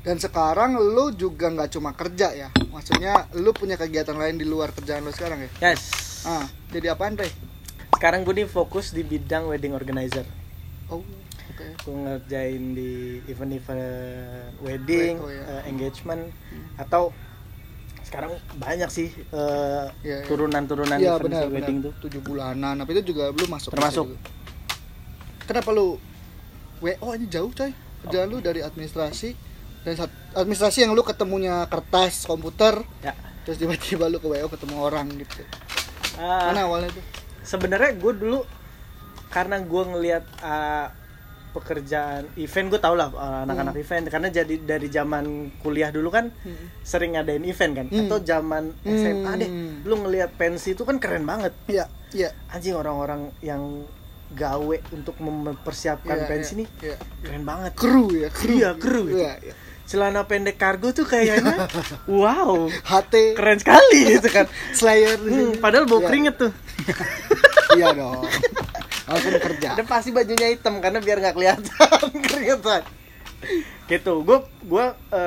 Dan sekarang lu juga nggak cuma kerja ya, maksudnya lu punya kegiatan lain di luar kerjaan lu sekarang ya? Yes. Jadi apaan, Rey? Sekarang gue nih fokus di bidang wedding organizer. Oh, oke. Gue ngerjain di event-event wedding, engagement, atau sekarang banyak sih turunan-turunan event wedding tuh. 7 bulanan, apa itu juga lu masuk? Termasuk. Kenapa lu WO ini jauh coy? Kerjaan lu dari administrasi, dan administrasi yang lu ketemunya kertas, komputer, ya. Terus tiba-tiba lu ke WO ketemu orang gitu. Mana awalnya tuh? Sebenarnya gue dulu karena gue ngelihat pekerjaan event, gue tau lah anak-anak event, karena jadi dari zaman kuliah dulu kan sering ngadain event kan, atau zaman SMA deh, lu ngelihat pensi itu kan keren banget. Iya. Anjing, orang-orang yang gawe untuk mempersiapkan pensi nih keren banget. Kru. Iya. Celana pendek kargo tuh kayaknya wow, HT keren sekali gitu kan. Slayer padahal bau keringet tuh. Iya dong. Langsung kerja. Dan pasti bajunya hitam karena biar nggak kelihatan keringetan. Gitu. Gue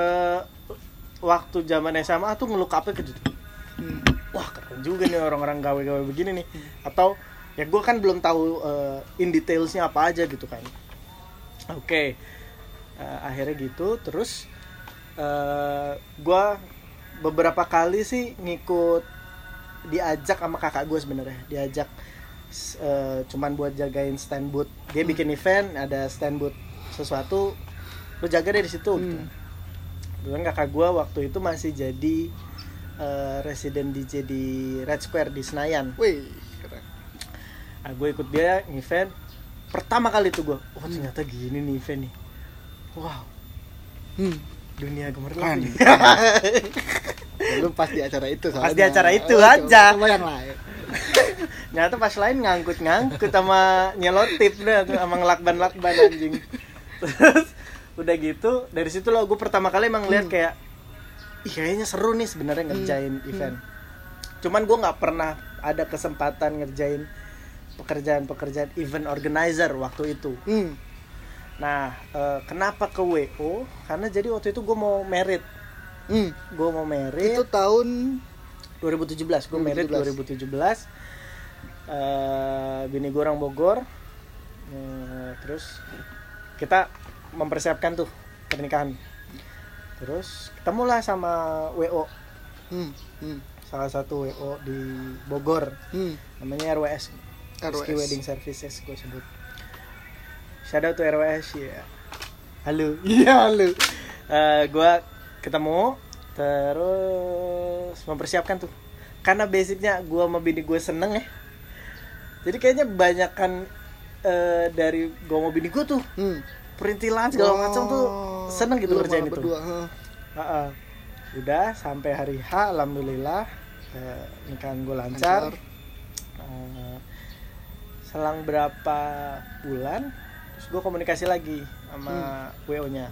waktu zaman SMA tuh ngeluk apa gitu. Wah, keren juga nih orang-orang gawe-gawe begini nih. Atau ya gue kan belum tahu in detailsnya apa aja gitu kan. Oke. Akhirnya gitu. Terus gue beberapa kali sih ngikut, diajak sama kakak gue sebenarnya, diajak cuman buat jagain stand booth. Dia bikin event, ada stand booth sesuatu, lu jaga deh di situ gitu. Kebetulan kakak gue waktu itu masih jadi resident DJ di Red Square di Senayan. Wih, keren. Nah, gue ikut dia event pertama kali tuh gue, ternyata gini nih event nih. Wow. Dunia gemerlap nih. Lu pas di acara itu soalnya. Pas di acara itu aja. Coba yang lain. Nyata pas lain ngangkut sama nyelotip dah, sama ngelakban anjing. Terus udah gitu, dari situ lo gue pertama kali emang lihat kayak kayaknya seru nih sebenarnya ngerjain event. Cuman gue nggak pernah ada kesempatan ngerjain pekerjaan event organizer waktu itu. Nah, kenapa ke WO? Karena jadi waktu itu gue mau merit. Gue mau merit. Itu tahun 2017. Gue merit 2017. Bini gue orang Bogor. Terus kita mempersiapkan tuh pernikahan. Terus ketemulah sama WO. Salah satu WO di Bogor. Namanya RWS. Rizky Wedding Services gue sebut. Shout out to RWS ya. Halo. Iya, halo. Gue ketemu, terus mempersiapkan tuh. Karena basicnya gue sama bini gue seneng ya. Jadi kayaknya banyakan dari gue sama bini gue tuh perintilan segala macam tuh seneng gitu ngerjain itu. Udah sampai hari H, alhamdulillah nikahan gue lancar. Selang berapa bulan, terus gue komunikasi lagi sama WO-nya.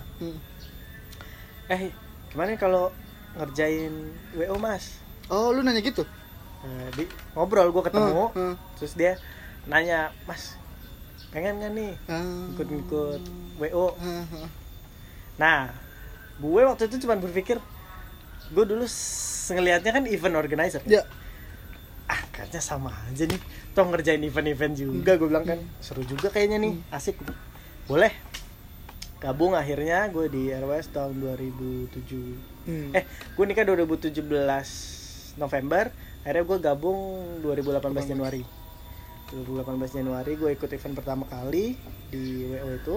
Gimana kalau ngerjain WO mas? Oh, lu nanya gitu? Ngobrol, gue ketemu, terus dia nanya, mas pengen gak nih ikut WO? Nah, gue waktu itu cuma berpikir, gue dulu ngelihatnya kan event organizer kan? Kayaknya sama aja nih, toh ngerjain event-event juga. Gue bilang kan seru juga kayaknya nih, asik. Boleh gabung. Akhirnya gue di RWS tahun 2007. Gue nikah 2017 November. Akhirnya gue gabung 2018 Januari. 2018 Januari gue ikut event pertama kali di WO itu.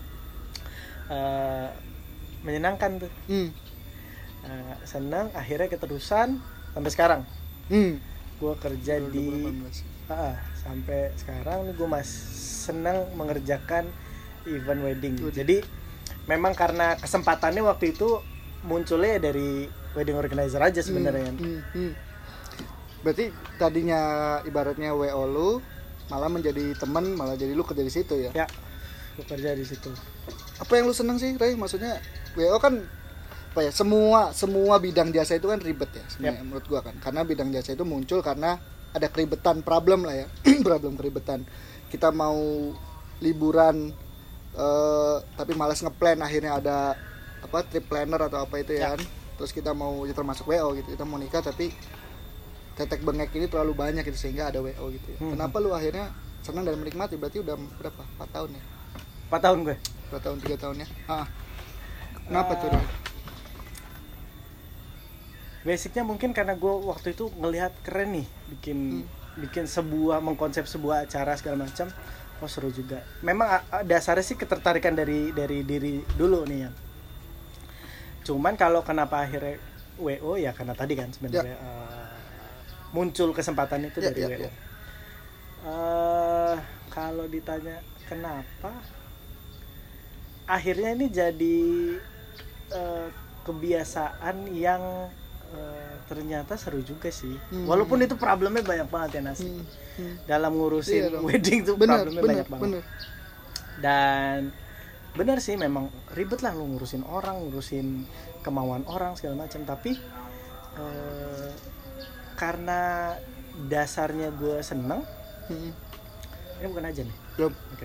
Menyenangkan tuh. Senang. Akhirnya keterusan sampai sekarang. Gue kerja 2018. Di sampai sekarang nih gue masih senang mengerjakan event wedding. Jadi memang karena kesempatannya waktu itu munculnya dari wedding organizer aja sebenarnya. Berarti tadinya ibaratnya WO lu malah menjadi teman, malah jadi lu kerja di situ ya? Ya, gue kerja di situ. Apa yang lu seneng sih, Ray? Maksudnya WO kan apa ya, semua bidang jasa itu kan ribet ya sebenarnya. Menurut gua kan, karena bidang jasa itu muncul karena ada keribetan, problem lah ya. Problem keribetan, kita mau liburan tapi malas ngeplan, akhirnya ada trip planner atau apa itu ya kan. Terus kita mau ya termasuk WO gitu, kita mau nikah tapi tetek bengek ini terlalu banyak gitu sehingga ada WO gitu ya. Kenapa lu akhirnya senang dan menikmati? Berarti udah berapa? 4 tahun ya? 4 tahun gue. 2 tahun 3 tahun ya. Kenapa tuh? Basicnya mungkin karena gue waktu itu ngelihat keren nih bikin sebuah, mengkonsep sebuah acara segala macam. Oh seru juga. Memang dasarnya sih ketertarikan dari diri dulu nih ya. Cuman kalau kenapa akhirnya WO ya karena tadi kan sebenarnya muncul kesempatan itu dari WO. Kalau ditanya kenapa, akhirnya ini jadi kebiasaan yang ternyata seru juga sih. Walaupun itu problemnya banyak banget ya Nasi. Dalam ngurusin wedding tuh problemnya banyak banget. Dan benar sih memang ribet lah lu ngurusin orang, ngurusin kemauan orang segala macam. Tapi karena dasarnya gue seneng, ini bukan aja nih. Belum. Oke.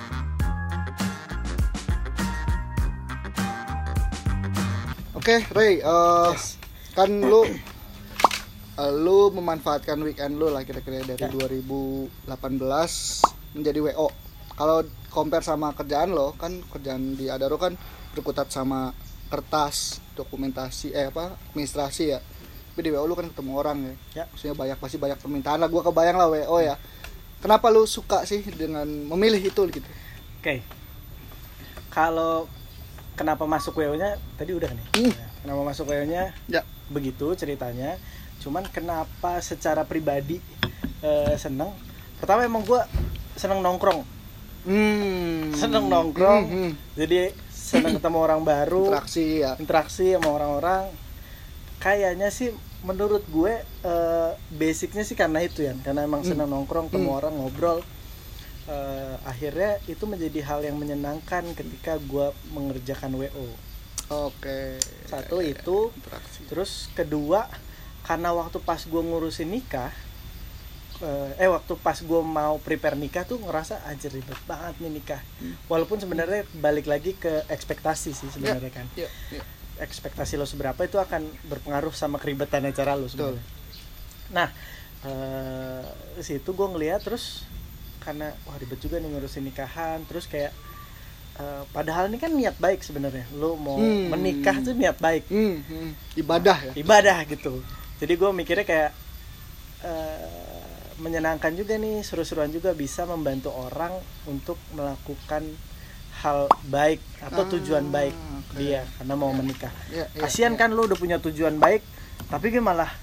Oke, Ray, kan lu memanfaatkan weekend lu lah kira-kira dari 2018 menjadi WO. Kalau compare sama kerjaan lo, kan kerjaan di Adaro kan berkutat sama kertas, dokumentasi, administrasi ya. Tapi di WO lu kan ketemu orang ya. Maksudnya pasti banyak permintaan lah. Gua kebayang lah WO ya. Kenapa lu suka sih dengan memilih itu gitu? Oke. Kalau kenapa masuk WO-nya tadi udah kan ya? Kenapa masuk WO-nya? Ya. Begitu ceritanya. Cuman kenapa secara pribadi seneng? Pertama emang gua seneng nongkrong. Seneng nongkrong. Jadi seneng ketemu orang baru, interaksi sama orang-orang. Kayaknya sih menurut gue basicnya sih karena itu ya, karena emang seneng nongkrong, ketemu orang, ngobrol. Akhirnya itu menjadi hal yang menyenangkan ketika gue mengerjakan WO. Oke. Satu itu, terus kedua karena waktu pas gue ngurusin nikah, waktu pas gue mau prepare nikah tuh ngerasa anjir ribet banget nih nikah. Walaupun sebenarnya balik lagi ke ekspektasi sih sebenarnya kan. Ekspektasi lo seberapa itu akan berpengaruh sama keribetan acara lo sebenarnya. Nah, situ gue ngeliat terus karena wah ribet juga nih ngurusin nikahan, terus kayak padahal ini kan niat baik sebenarnya. Lo mau menikah tuh niat baik. Ibadah ya. Ibadah gitu. Jadi gue mikirnya kayak menyenangkan juga nih, seru-seruan juga bisa membantu orang untuk melakukan hal baik atau tujuan baik dia karena mau menikah. Kasian kan lu udah punya tujuan baik tapi dia malah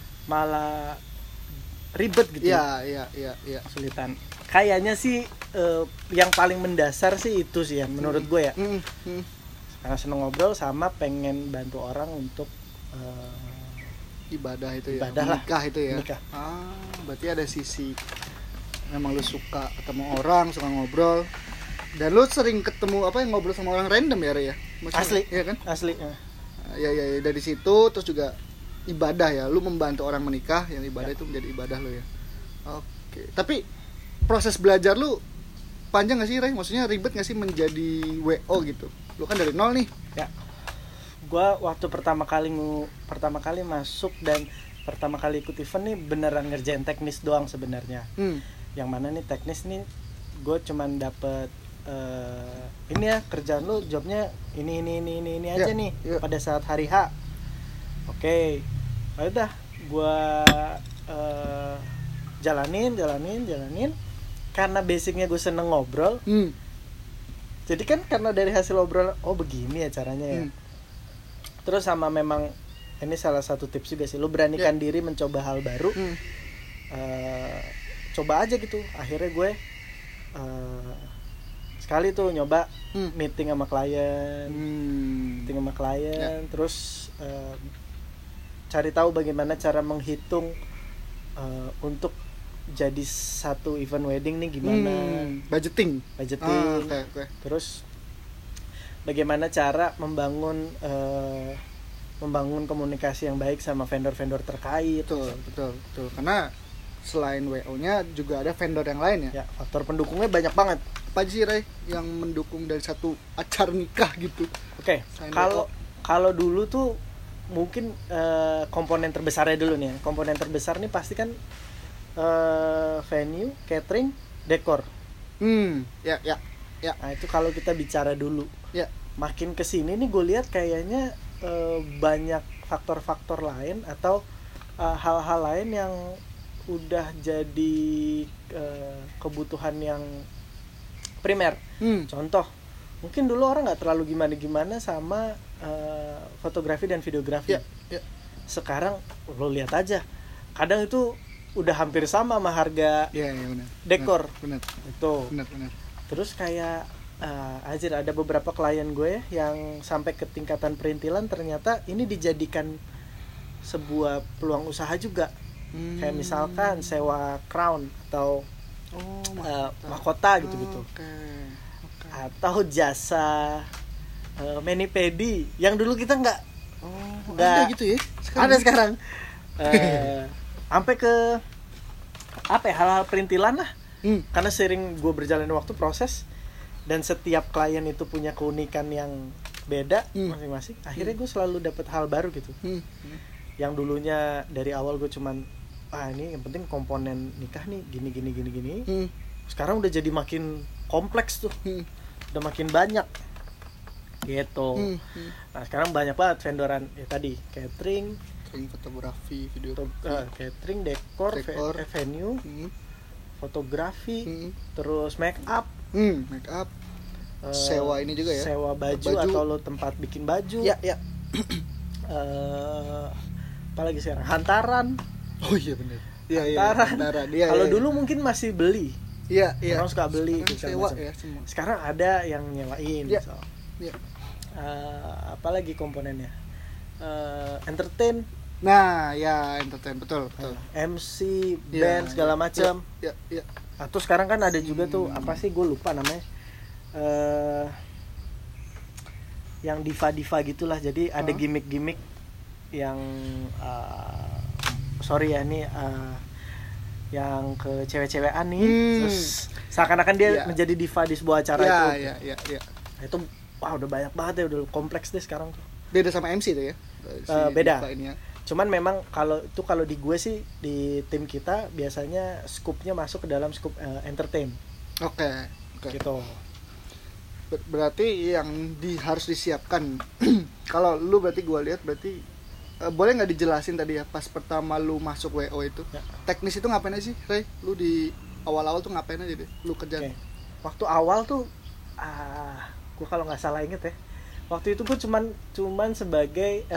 ribet gitu. Iya. Kesulitan. Kayaknya sih yang paling mendasar sih itu sih ya menurut gue ya. Karena seneng ngobrol sama pengen bantu orang untuk ibadah itu ibadah ya, menikah itu ya. Menikah. Berarti ada sisi memang lu suka ketemu orang, suka ngobrol. Dan lu sering ketemu ngobrol sama orang random ya, Re ya? Maksudnya, asli, iya kan? Asli. Ya dari situ terus juga ibadah ya, lu membantu orang menikah, yang ibadah itu menjadi ibadah lu ya. Oke. Tapi proses belajar lu panjang nggak sih, Re? Maksudnya ribet nggak sih menjadi WO gitu? Lu kan dari nol nih. Ya. Gua waktu pertama kali masuk dan pertama kali ikut event nih beneran ngerjain teknis doang sebenarnya. Yang mana nih teknis nih gue cuman dapet ini ya kerjaan lu jobnya ini aja nih pada saat hari H. Oke. Udah gue jalanin karena basicnya gue seneng ngobrol. Jadi kan karena dari hasil obrol begini ya caranya ya. Terus sama memang ini salah satu tips juga sih, lu beranikan diri mencoba hal baru. Coba aja gitu. Akhirnya gue sekali tuh nyoba meeting sama klien, terus cari tahu bagaimana cara menghitung untuk jadi satu event wedding nih gimana. Budgeting. Okay. Terus bagaimana cara membangun komunikasi yang baik sama vendor-vendor terkait. Betul. Karena selain WO-nya juga ada vendor yang lain ya. Ya, faktor pendukungnya banyak banget. Apa aja sih Ray yang mendukung dari satu acara nikah gitu? Oke, Selain kalau dulu tuh mungkin komponen terbesarnya dulu nih. Komponen terbesar nih pasti kan venue, catering, dekor. Ya. Nah, itu kalau kita bicara dulu. Ya. Makin kesini nih gue lihat kayaknya banyak faktor-faktor lain atau hal-hal lain yang udah jadi kebutuhan yang primer. Contoh, mungkin dulu orang nggak terlalu gimana-gimana sama fotografi dan videografi. Ya. Sekarang lo lihat aja, kadang itu udah hampir sama harga benar. dekor. Benar. Itu. Benar. Terus kayak anjir, ada beberapa klien gue yang sampai ke tingkatan perintilan, ternyata ini dijadikan sebuah peluang usaha juga. Kayak misalkan sewa crown atau mahkota gitu-gitu. Okay. Atau jasa mani-pedi yang dulu kita nggak ada gitu ya sekarang. Ada sekarang sampai ke apa ya, hal-hal perintilan lah. Karena sering gue berjalan waktu proses dan setiap klien itu punya keunikan yang beda masing-masing, akhirnya gue selalu dapat hal baru gitu. Yang dulunya dari awal gue cuman ini yang penting komponen nikah nih gini. Sekarang udah jadi makin kompleks tuh. Udah makin banyak gitu. Nah, sekarang banyak banget vendoran ya tadi, catering, fotografi, video, catering, dekor. Venue, fotografi, terus make up, sewa ini juga ya, sewa baju atau lo tempat bikin baju. Ya. Apalagi sekarang hantaran. Oh iya benar. Hantaran. Kalau dulu mungkin masih beli. Iya. Orang suka beli gitu, sewa ya semua. Sekarang ada yang nyewain. Iya. Apalagi komponennya. Entertain. Nah, ya entertain betul. MC, band segala macam. Iya. Atau sekarang kan ada juga tuh apa sih, gue lupa namanya. Yang diva gitulah. Jadi ada gimmick yang sorry ya ini yang ke cewek-cewekan nih. Terus seakan-akan dia menjadi diva di sebuah acara itu. Iya. Nah, itu udah banyak banget ya, udah kompleks deh sekarang tuh. Beda sama MC tuh ya. Beda. Cuman memang kalau di gue sih, di tim kita biasanya skupnya masuk ke dalam skup entertain. Oke. Gitu. Berarti yang harus disiapkan kalau lu berarti gue lihat berarti boleh nggak dijelasin tadi ya pas pertama lu masuk WO itu teknis itu ngapain aja sih, Ray? Lu di awal-awal tuh ngapain aja deh lu kerja? Waktu awal tuh gue kalau nggak salah inget ya, waktu itu gue cuman sebagai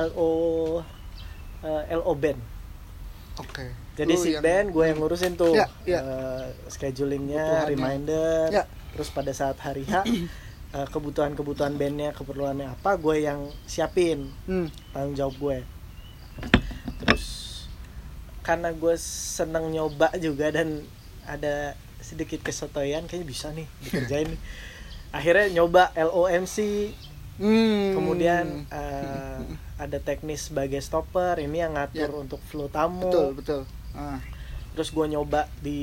LO band. Oke. Jadi si band gue yang ngurusin tuh schedulingnya, reminder. Terus pada saat hari H kebutuhan bandnya, keperluannya apa, gue yang siapin. Tanggung jawab gue. Terus karena gue seneng nyoba juga dan ada sedikit kesotoyan, kayaknya bisa nih dikerjain. Akhirnya nyoba LOMC. Kemudian ada teknis sebagai stopper, ini yang ngatur untuk flow tamu. Betul. Terus gue nyoba di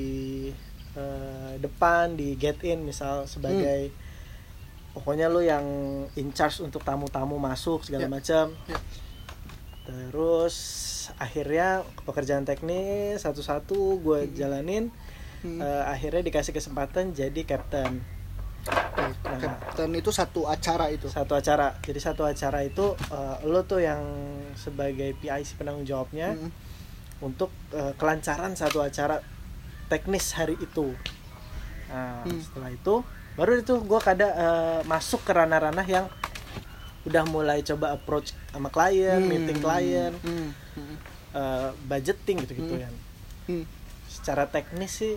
depan, di get in misal sebagai pokoknya lo yang in charge untuk tamu-tamu masuk segala macam. Terus akhirnya pekerjaan teknis satu-satu gue jalanin. Akhirnya dikasih kesempatan jadi captain. Captain itu satu acara itu. Jadi satu acara itu lo tuh yang sebagai PIC penanggung jawabnya untuk kelancaran satu acara teknis hari itu. Nah, setelah itu baru itu gue masuk ke ranah-ranah yang udah mulai coba approach sama klien, meeting klien, budgeting gitu-gitu kan. Secara teknis sih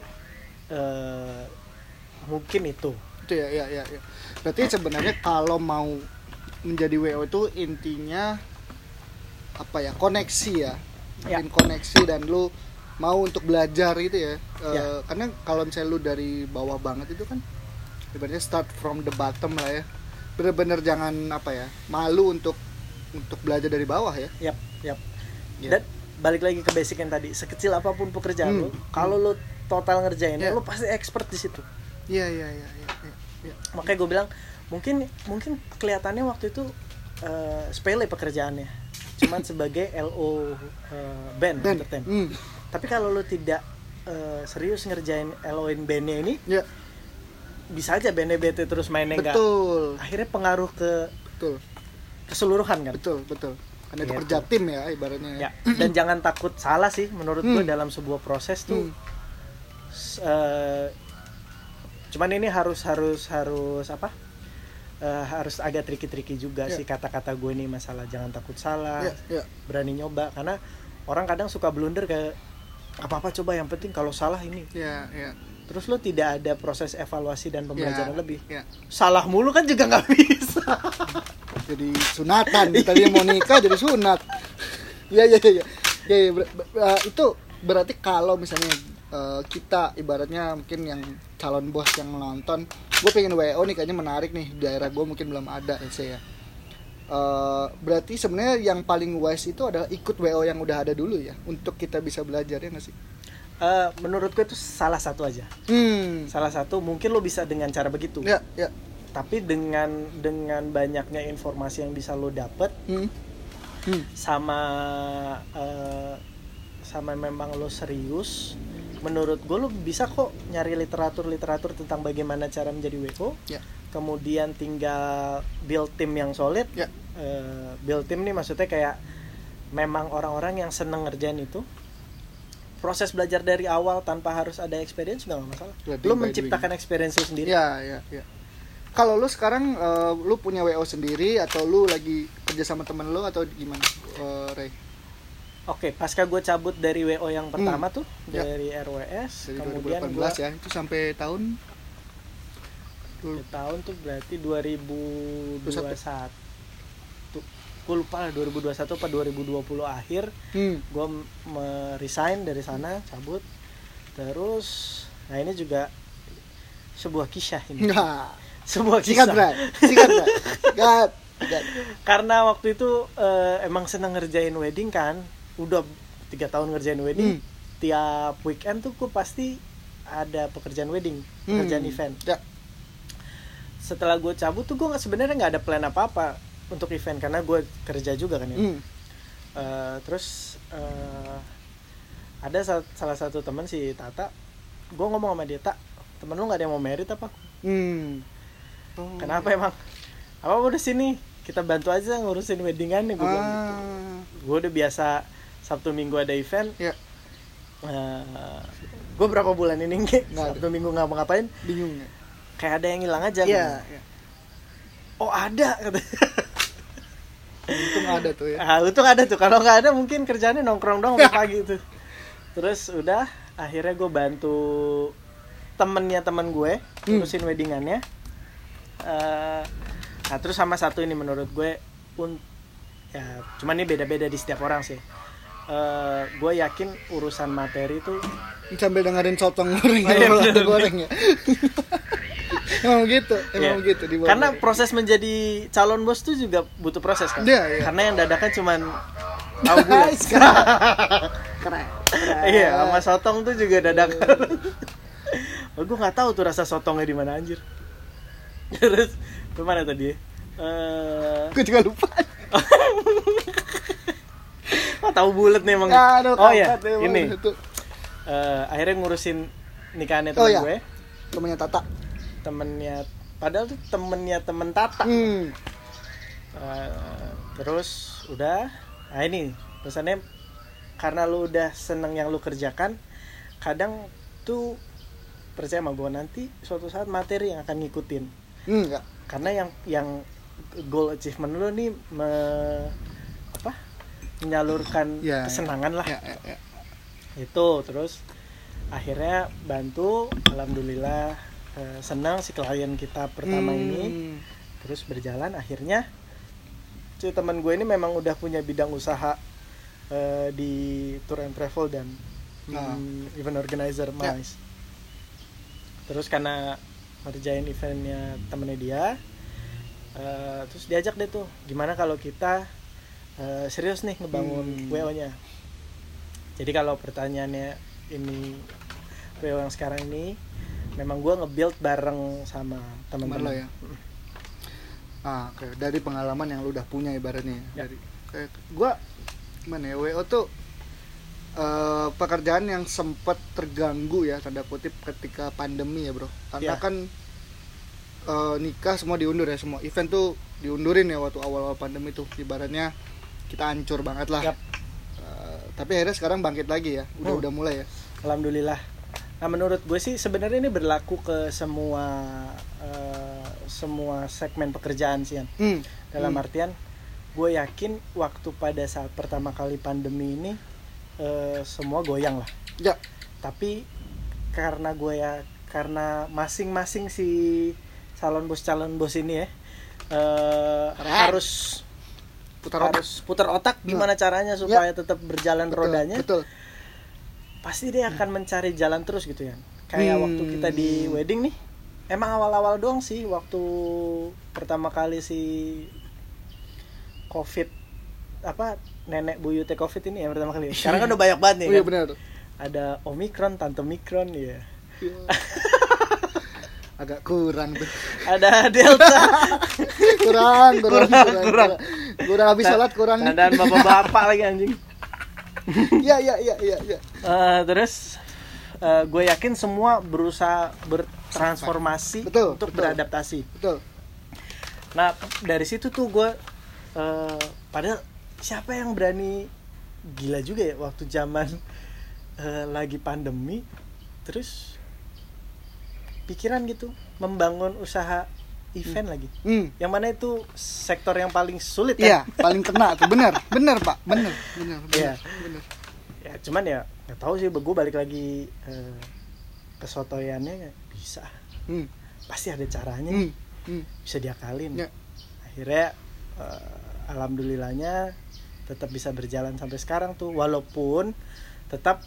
mungkin itu ya. Berarti sebenarnya kalau mau menjadi WO itu intinya apa ya, koneksi ya. Bikin koneksi dan lu mau untuk belajar gitu ya. Karena kalau misalnya lu dari bawah banget itu kan ibaratnya start from the bottom lah ya. Bener-bener jangan malu untuk belajar dari bawah ya. Yap. balik lagi ke basic yang tadi, sekecil apapun pekerjaan lo, kalau lo total ngerjainnya, lo pasti expert di situ. Iya. Makanya gue bilang mungkin kelihatannya waktu itu sepele pekerjaannya, cuman sebagai LO band. Entertainment. Tapi kalau lo tidak serius ngerjain LO-in bandnya ini, bisa aja bandnya bete terus mainnya enggak. Akhirnya pengaruh ke keseluruhan kan. Betul. Karena itu kerja tim ya ibaratnya. Ya. Dan jangan takut salah sih menurut gue dalam sebuah proses tuh. Cuman ini harus apa? Harus agak tricky juga sih kata-kata gue nih, masalah jangan takut salah, berani nyoba, karena orang kadang suka blunder kayak apa-apa coba, yang penting kalau salah ini. Terus lo tidak ada proses evaluasi dan pembelajaran lebih. Salah mulu kan juga nggak bisa. Jadi sunatan, tadi mau nikah jadi sunat. Iya. Itu berarti kalau misalnya kita ibaratnya mungkin yang calon bos yang nonton, gue pengen WO nih, kayaknya menarik nih, di daerah gue mungkin belum ada ya. Berarti sebenarnya yang paling wise itu adalah ikut WO yang udah ada dulu ya, untuk kita bisa belajar, ya nggak sih? Menurut gue itu salah satu aja. Salah satu, mungkin lo bisa dengan cara begitu. Ya. Tapi dengan banyaknya informasi yang bisa lo dapet, sama memang lo serius, menurut gue lo bisa kok nyari literatur tentang bagaimana cara menjadi WO. Kemudian tinggal build tim yang solid. Build tim nih maksudnya kayak memang orang-orang yang seneng ngerjain itu. Proses belajar dari awal tanpa harus ada experience juga nggak masalah. Lo menciptakan experience lo sendiri. Ya. Kalau lo sekarang lo punya WO sendiri atau lo lagi kerja sama temen lo atau gimana, Ray? Oke, pasca gue cabut dari WO yang pertama tuh, dari RWS, dari kemudian 2018 ya, itu sampai tahun tuh berarti 2021. Gue lupa lah 2021 apa 2020 akhir. Gue resign dari sana, cabut. Terus nah ini juga sebuah kisah ini. Sebuah kisah. Sikat. Karena waktu itu emang senang ngerjain wedding kan. Udah 3 tahun ngerjain wedding. Tiap weekend tuh gue pasti ada pekerjaan wedding, pekerjaan event. Setelah gue cabut tuh gue sebenarnya nggak ada plan apa-apa untuk event, karena gue kerja juga kan ya. Terus ada salah satu teman, si Tata, gue ngomong sama dia, "Tak, temen lu nggak ada yang mau merit apa?" Kenapa emang? Apa udah sini, kita bantu aja ngurusin weddingannya, gue bilang gitu. Gue udah biasa Sabtu Minggu ada event. Gue berapa bulan ini Sabtu Minggu nggak ngapain, bingung ya? Kayak ada yang hilang aja. Oh ada, kata. Untung ada tuh ya. Untung ada tuh. Kalau nggak ada mungkin kerjaannya nongkrong dong sampai pagi tuh. Terus udah, akhirnya gue bantu temennya teman gue ngurusin weddingannya. Nah terus sama satu ini menurut gue ya cuman ini beda-beda di setiap orang sih. Gue yakin urusan materi tuh sambil dengerin sotong goreng goreng ya. Emang gitu karena proses menjadi calon bos tuh juga butuh proses kan. Karena yang dadakan cuman tahu bulat. Keren. Iya, sama sotong tuh juga dadakan. Gue nggak tahu tuh rasa sotongnya di mana anjir. Terus kemana tadi? Gue juga lupa. Tahu bulat nih emang. Ini. Akhirnya ngurusin nikahannya teman gue. Temennya Tata. Padahal tuh temennya temen Tata. Terus udah. Nah ini pesannya, karena lu udah seneng yang lu kerjakan, kadang tuh percaya sama gue, nanti suatu saat materi yang akan ngikutin. Karena yang goal achievement lu nih menyalurkan kesenangan lah. Itu terus akhirnya bantu, alhamdulillah senang si klien kita pertama ini terus berjalan. Akhirnya si teman gue ini memang udah punya bidang usaha di tour and travel dan event organizer MICE. Terus karena ngerjain eventnya temennya dia, terus diajak deh tuh, gimana kalau kita serius nih ngebangun WO-nya. Jadi kalau pertanyaannya ini WO yang sekarang ini memang gue nge-build bareng sama teman-teman lo ya. Oke. Dari pengalaman yang lu udah punya ibaratnya ya. Dari gue gimana ya, WO tuh pekerjaan yang sempat terganggu ya tanda kutip ketika pandemi ya bro, karena kan nikah semua diundur ya, semua event tuh diundurin ya waktu awal-awal pandemi tuh, ibaratnya kita hancur banget lah. Tapi akhirnya sekarang bangkit lagi ya, udah mulai ya, alhamdulillah. Nah menurut gue sih sebenarnya ini berlaku ke semua segmen pekerjaan sih, dalam artian gue yakin waktu pada saat pertama kali pandemi ini semua goyang lah ya. Tapi karena masing-masing si calon bos ini ya harus putar otak gimana caranya supaya tetap berjalan rodanya. Betul. Pasti dia akan mencari jalan terus gitu ya. Kayak waktu kita di wedding nih, emang awal-awal doang sih waktu pertama kali si COVID nenek buyutnya COVID ini ya pertama kali. Sekarang kan udah banyak banget nih kan. Iya benar. Ada Omicron, Tante Mikron ya. Agak kurang tuh. Ada Delta. kurang habis sholat kurang. Dan bapak-bapak lagi anjing. Iya. Terus gue yakin semua berusaha bertransformasi untuk beradaptasi. Betul. Nah dari situ tuh gue padahal siapa yang berani, gila juga ya waktu zaman lagi pandemi terus pikiran gitu membangun usaha event lagi. Yang mana itu sektor yang paling sulit kan? Iya, paling kena tuh. Benar Pak. Benar. Ya, cuman ya nggak tahu sih, gue balik lagi kesotoyannya bisa. Pasti ada caranya. Bisa diakalin. Ya. Akhirnya alhamdulillahnya tetap bisa berjalan sampai sekarang tuh, walaupun tetap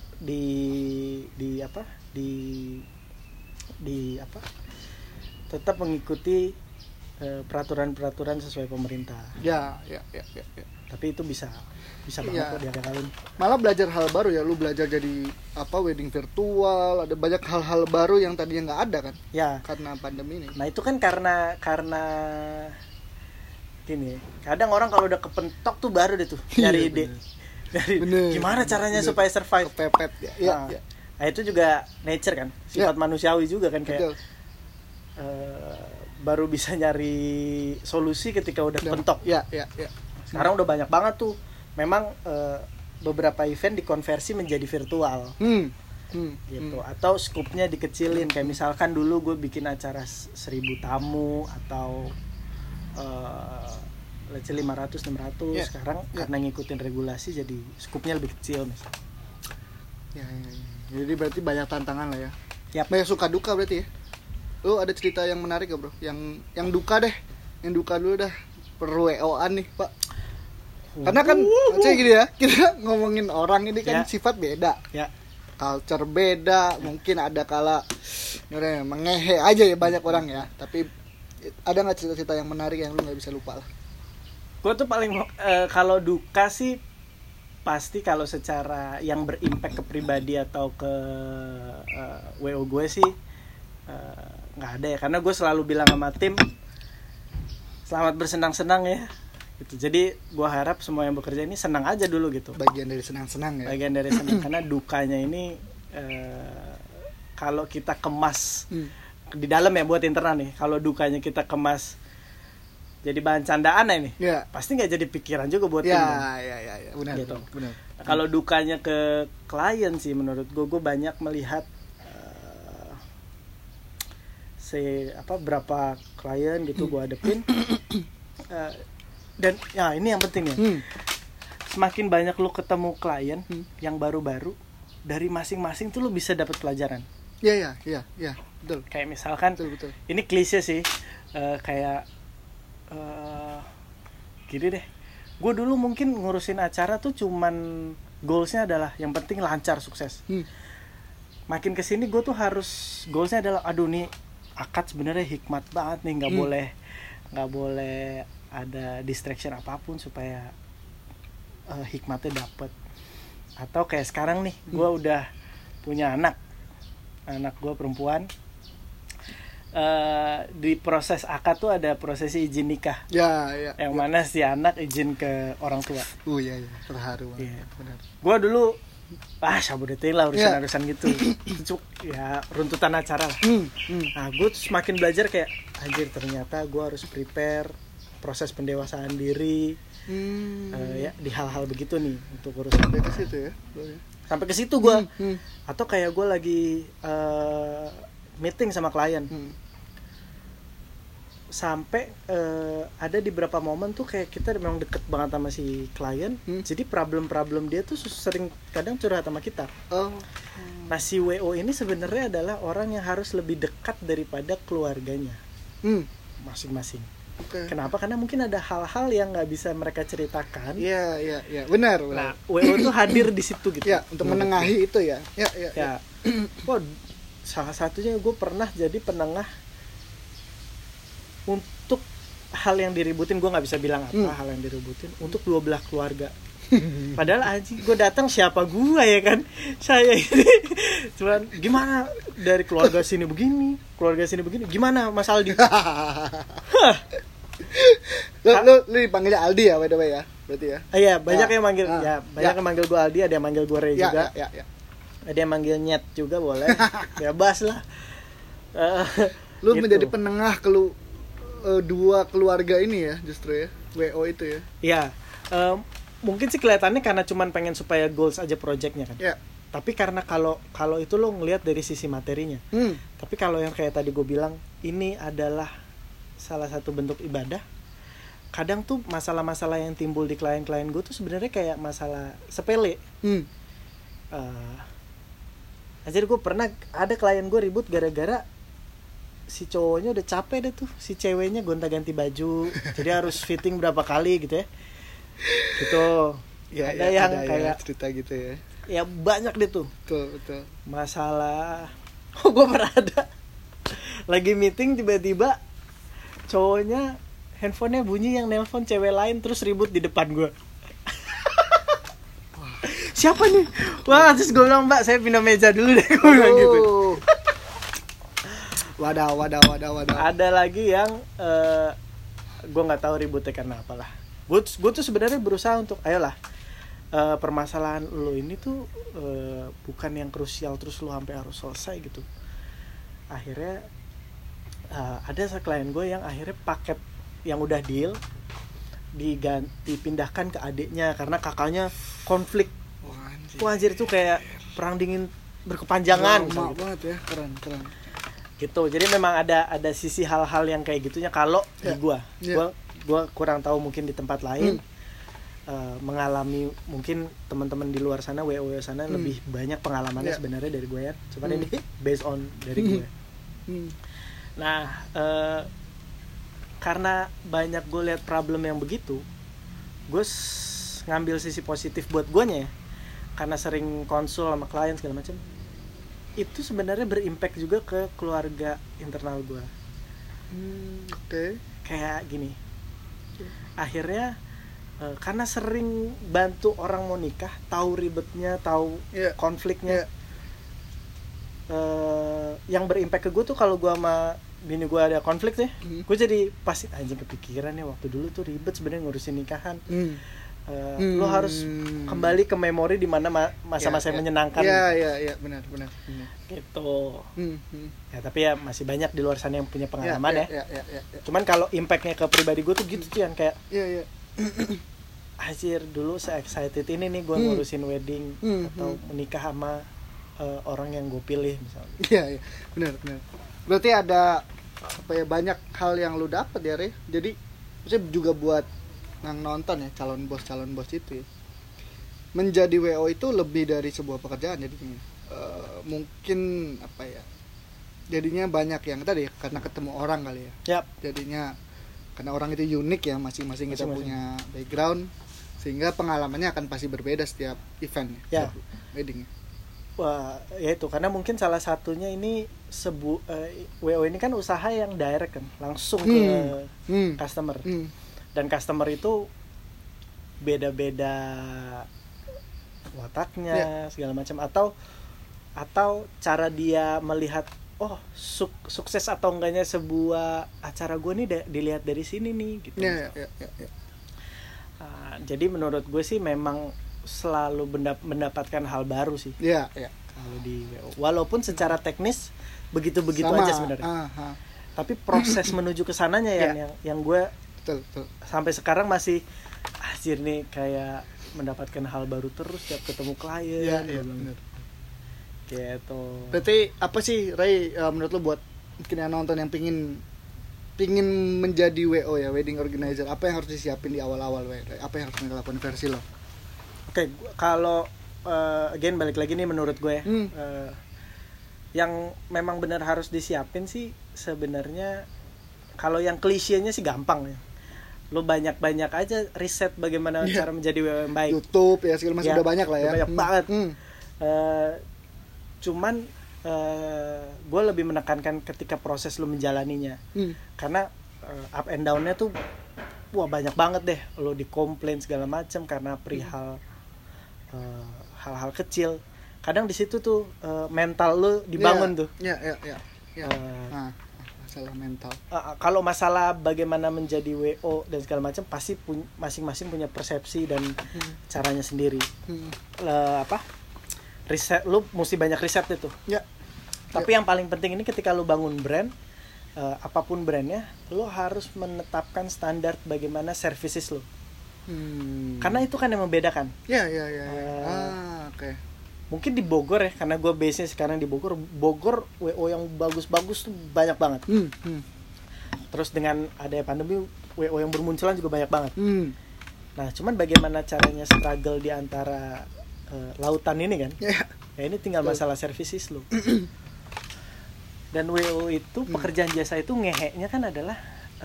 tetap mengikuti peraturan-peraturan sesuai pemerintah. Ya. Tapi itu bisa banget kok diakalin. Malah belajar hal baru ya, lu belajar jadi wedding virtual, ada banyak hal-hal baru yang tadinya nggak ada kan? Ya. Karena pandemi ini. Nah itu kan karena gini, kadang orang kalau udah kepentok tuh baru deh tuh nyari ide. Gimana caranya supaya survive? Kepepet ya. Nah itu juga nature kan, sifat manusiawi juga kan, kayak baru bisa nyari solusi ketika udah pentok. Ya. Sekarang udah banyak banget tuh. Memang beberapa event dikonversi menjadi virtual. Gitu. Atau skupnya dikecilin, kayak misalkan dulu gue bikin acara 1.000 tamu atau let's say 500-600. Sekarang karena ngikutin regulasi jadi skupnya lebih kecil misalnya. Ya. Jadi berarti banyak tantangan lah ya. Yap. Banyak suka duka berarti ya. Lu ada cerita yang menarik gak bro? Yang duka deh. Yang duka dulu dah. Per WO-an nih Pak. Karena kan saya gini ya, kita ngomongin orang ini kan sifat beda. Culture beda, mungkin ada kala mengehe aja ya banyak orang ya. Tapi ada nggak cerita-cerita yang menarik yang lu nggak bisa lupa lah? Gue tuh paling kalau duka sih pasti kalau secara yang berimpact ke pribadi atau ke WO gue sih nggak ada ya, karena gue selalu bilang sama tim selamat bersenang-senang ya gitu. Jadi gue harap semua yang bekerja ini senang aja dulu gitu. Bagian dari senang-senang ya. Bagian dari senang karena dukanya ini kalau kita kemas di dalam ya buat internal nih, kalau dukanya kita kemas jadi bahan candaan ini, pasti nggak jadi pikiran juga buat tim. Ya, benar. Gitu. Benar. Nah, kalau dukanya ke klien sih, menurut gue banyak melihat berapa klien gitu gue hadepin, dan ya ini yang penting ya, semakin banyak lu ketemu klien yang baru-baru, dari masing-masing tuh lu bisa dapat pelajaran. Iya, betul. Kayak misalkan, betul. Ini klise sih, kayak gini deh, gue dulu mungkin ngurusin acara tuh cuman goalsnya adalah yang penting lancar, sukses. Makin kesini gue tuh harus goalsnya adalah, aduh nih akad sebenarnya hikmat banget nih, nggak boleh ada distraction apapun supaya hikmatnya dapet. Atau kayak sekarang nih, gue udah punya anak gue perempuan. Di proses akad tuh ada prosesi izin nikah. Ya. Yang mana si anak izin ke orang tua. Iya, terharu banget. Iya. Benar. Gue dulu sabudetin lah urusan gitu. Ya runtutan acara lah. Nah, gue semakin belajar kayak anjir, ternyata gue harus prepare proses pendewasaan diri. Ya di hal-hal begitu nih untuk urusan sampai ke situ ya. Sampai ke situ gue. Atau kayak gue lagi meeting sama klien. Sampai ada di beberapa momen tuh kayak kita memang deket banget sama si klien. Jadi problem-problem dia tuh sering kadang curhat sama kita. Nah si WO ini sebenarnya adalah orang yang harus lebih dekat daripada keluarganya masing-masing. Okay. Kenapa? Karena mungkin ada hal-hal yang nggak bisa mereka ceritakan. Iya, benar. Nah WO tuh hadir di situ gitu. Ya, untuk menengahi itu ya. Ya. Wah, salah satunya gue pernah jadi penengah untuk hal yang diributin. Gue nggak bisa bilang apa hal yang diributin untuk dua belah keluarga. Padahal anjing gue datang siapa gue ya kan, saya ini cuman gimana dari keluarga sini begini gimana Mas Aldi. Lu dipanggilnya Aldi ya by the way ya berarti ya. Iya banyak yang manggil yang manggil gue Aldi, ada yang manggil gue Ray juga. Ada yang manggil Nyet juga boleh. Bebas lah. Lu gitu. Menjadi penengah dua keluarga ini ya justru ya, WO itu ya. Iya. Mungkin sih kelihatannya karena cuman pengen supaya goals aja projectnya kan. Iya. Tapi karena kalau itu lo ngelihat dari sisi materinya. Tapi kalau yang kayak tadi gue bilang, ini adalah salah satu bentuk ibadah. Kadang tuh masalah-masalah yang timbul di klien-klien gue tuh sebenarnya kayak masalah sepele. Aja gue pernah ada klien gue ribut gara-gara si cowoknya udah capek deh tuh, si ceweknya gonta-ganti baju, jadi harus fitting berapa kali gitu ya. Gitu. Ya, ada yang ada kayak cerita gitu ya. Ya banyak deh tuh. Betul. Masalah. Gue pernah ada lagi meeting tiba-tiba cowoknya handphonenya bunyi yang nelpon cewek lain terus ribut di depan gue. Siapa nih? Wah, terus gue bilang, Mbak, saya pindah meja dulu deh. Gue bilang gitu. Wadah. Ada lagi yang gue nggak tahu ributnya karena apalah. Gue tuh sebenarnya berusaha untuk, ayolah, permasalahan lo ini tuh bukan yang krusial terus lo sampai harus selesai gitu. Akhirnya ada klien gue yang akhirnya paket yang udah deal dipindahkan ke adiknya karena kakaknya konflik. Wah anjir itu kayak perang dingin berkepanjangan. Lama banget ya, keren. Gitu. Jadi memang ada sisi hal-hal yang kayak gitunya kalau di gua kurang tahu mungkin di tempat lain mengalami, mungkin teman-teman di luar sana WO sana lebih banyak pengalamannya sebenarnya dari gue ya. Cuman ini based on dari gue. Nah, karena banyak gue lihat problem yang begitu, gue ngambil sisi positif buat guanya ya. Karena sering konsul sama klien segala macam, itu sebenarnya berimpact juga ke keluarga internal gue. Oke. Kayak gini, akhirnya karena sering bantu orang mau nikah, tahu ribetnya, tahu konfliknya, yang berimpact ke gue tuh kalau gue sama bini gue ada konflik nih, gue jadi pasti anjing kepikiran ya waktu dulu tuh ribet sebenarnya ngurusin nikahan. Lo harus kembali ke memori di mana masa-masa yang menyenangkan. Iya, benar. Gitu. Ya tapi ya masih banyak di luar sana yang punya pengalaman ya. Cuman kalau impactnya ke pribadi gue tuh gitu tuh yang kayak. Iya. Anjir dulu se-excited ini nih gue ngurusin wedding atau menikah sama orang yang gue pilih misalnya. Iya, benar. Berarti ada banyak hal yang lu dapet ya, Re. Jadi maksudnya juga buat yang nonton ya, calon bos itu ya. Menjadi WO itu lebih dari sebuah pekerjaan jadinya. Mungkin jadinya banyak yang tadi karena ketemu orang kali ya. Jadinya karena orang itu unik ya, masing-masing kita punya background sehingga pengalamannya akan pasti berbeda setiap event ya. Wedding. Wah, ya itu karena mungkin salah satunya ini WO ini kan usaha yang direct kan, langsung ke customer. Dan customer itu beda-beda wataknya segala macam, atau cara dia melihat sukses atau enggaknya sebuah acara gue nih dilihat dari sini nih gitu. Jadi menurut gue sih memang selalu mendapatkan hal baru sih. Kalau di WO, walaupun secara teknis begitu-begitu aja sebenarnya. Tapi proses menuju ke sananya yang gue betul. Sampai sekarang masih anjir nih, kayak mendapatkan hal baru terus tiap ketemu klien. Benar. Gitu. Berarti apa sih Ray, menurut lo buat mungkin yang nonton yang pingin menjadi WO ya, wedding organizer, apa yang harus disiapin di awal-awal Ray? Apa yang harus dilakukan versi lo? Oke, kalau again balik lagi nih menurut gue yang memang benar harus disiapin sih sebenarnya, kalau yang klisenya sih gampang ya. Lo banyak aja riset bagaimana cara menjadi WO yang baik. YouTube ya segala macam udah banyak lah ya. Banyak banget. Cuman gue lebih menekankan ketika proses lo menjalaninya. Karena up and down-nya tuh banyak banget deh. Lo dikomplain segala macam karena perihal hal-hal kecil. Kadang di situ tuh mental lo dibangun tuh. Masalah mental. Kalau masalah bagaimana menjadi WO dan segala macam, pasti masing-masing punya persepsi dan caranya sendiri. Riset, lu mesti banyak riset itu. Tapi yang paling penting ini ketika lu bangun brand, apapun brandnya, lu harus menetapkan standar bagaimana services lu. Karena itu kan yang membedakan. Oke. Mungkin di Bogor ya, karena gue base-nya sekarang di Bogor WO yang bagus-bagus tuh banyak banget. Terus dengan adanya pandemi, WO yang bermunculan juga banyak banget. Nah, cuman bagaimana caranya struggle di antara lautan ini kan? Ya ini tinggal masalah services lo. Dan WO itu pekerjaan jasa itu ngeheknya kan adalah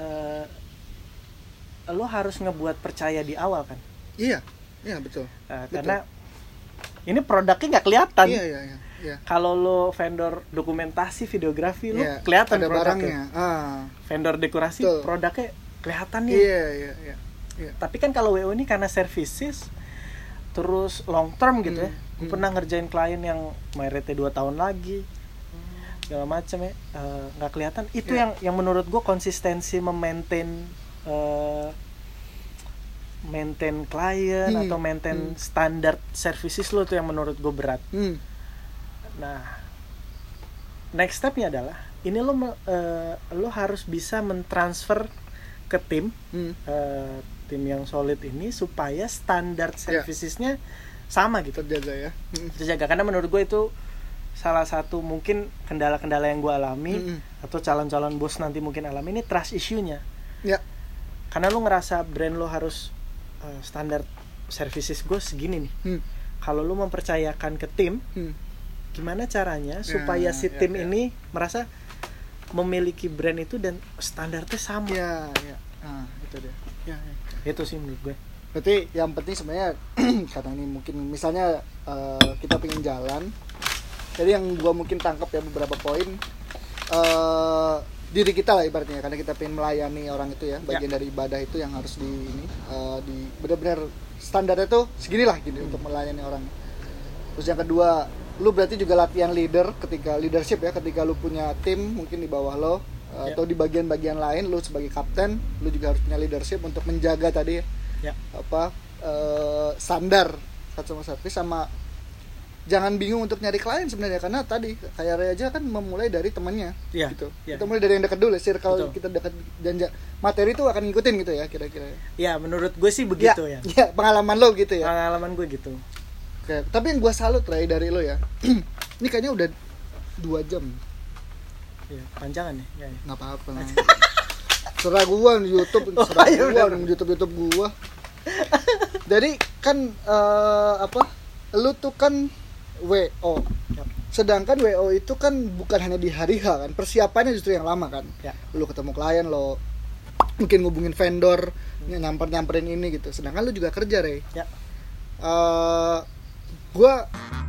lo harus ngebuat percaya di awal kan? Iya betul. Karena ini produknya nggak kelihatan. Iya. Kalau lo vendor dokumentasi, videografi, lo kelihatan ada produknya. Vendor dekorasi, betul. Produknya kelihatan nih. Iya. Tapi kan kalau WO ini karena services, terus long term gitu ya. Gue pernah ngerjain klien yang meritnya 2 tahun lagi, segala macam ya, nggak kelihatan. Itu yang menurut gue konsistensi maintain klien atau maintain standar services lo tuh yang menurut gue berat. Nah, next stepnya adalah ini lo harus bisa mentransfer ke tim yang solid ini supaya standar servicesnya sama gitu, terjaga. Karena menurut gue itu salah satu mungkin kendala-kendala yang gue alami atau calon-calon bos nanti mungkin alami, ini trust issue-nya. Karena lo ngerasa brand lo harus standar services gue segini nih. Kalau lo mempercayakan ke tim, gimana caranya supaya si tim ini merasa memiliki brand itu dan standarnya sama. Itu deh. Itu sih menurut gue. Berarti yang penting sebenarnya karena ini mungkin misalnya kita pengen jalan. Jadi yang gue mungkin tangkap ya beberapa poin, diri kita lah ibaratnya, karena kita pengen melayani orang itu ya, bagian dari ibadah itu yang harus di benar-benar standarnya tuh seginilah gitu untuk melayani orang. Terus yang kedua, lu berarti juga latihan leadership ya, ketika lu punya tim mungkin di bawah lo atau di bagian-bagian lain, lu sebagai kapten lu juga harus punya leadership untuk menjaga tadi standar satu sama jangan bingung untuk nyari klien sebenarnya, karena tadi kayak Ray aja kan memulai dari temannya gitu. Kita mulai dari yang dekat dulu, circle kita dekat, janji materi itu akan ngikutin gitu ya kira-kira. Ya menurut gue sih begitu ya. Ya pengalaman lo gitu ya. Pengalaman gue gitu. Oke, tapi yang gue salut Ray dari lo ya. Ini kayaknya udah 2 jam. Iya, panjangan ya. Nggak apa-apa lah. Serah gue di YouTube, YouTube gue. Jadi kan lu tuh kan WO. Sedangkan WO itu kan bukan hanya di hari H kan, persiapannya justru yang lama kan. Lu ketemu klien, lo mungkin ngubungin vendor, nyamperin ini gitu. Sedangkan lu juga kerja, Ray. Gua